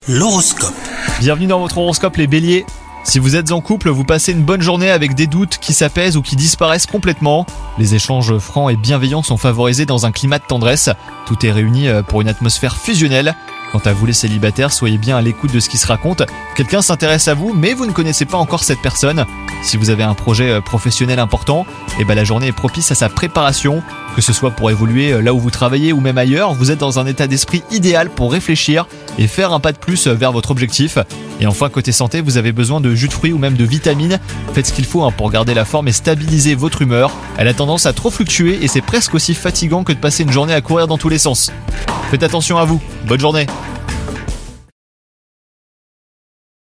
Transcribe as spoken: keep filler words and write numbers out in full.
L'horoscope. Bienvenue dans votre horoscope les béliers. Si vous êtes en couple, vous passez une bonne journée avec des doutes qui s'apaisent ou qui disparaissent complètement. Les échanges francs et bienveillants sont favorisés dans un climat de tendresse. Tout est réuni pour une atmosphère fusionnelle. Quant à vous les célibataires, soyez bien à l'écoute de ce qui se raconte. Quelqu'un s'intéresse à vous, mais vous ne connaissez pas encore cette personne. Si vous avez un projet professionnel important, eh ben la journée est propice à sa préparation. Que ce soit pour évoluer là où vous travaillez ou même ailleurs, vous êtes dans un état d'esprit idéal pour réfléchir et faire un pas de plus vers votre objectif. Et enfin, côté santé, vous avez besoin de jus de fruits ou même de vitamines. Faites ce qu'il faut hein, pour garder la forme et stabiliser votre humeur. Elle a tendance à trop fluctuer et c'est presque aussi fatigant que de passer une journée à courir dans tous les sens. Faites attention à vous. Bonne journée.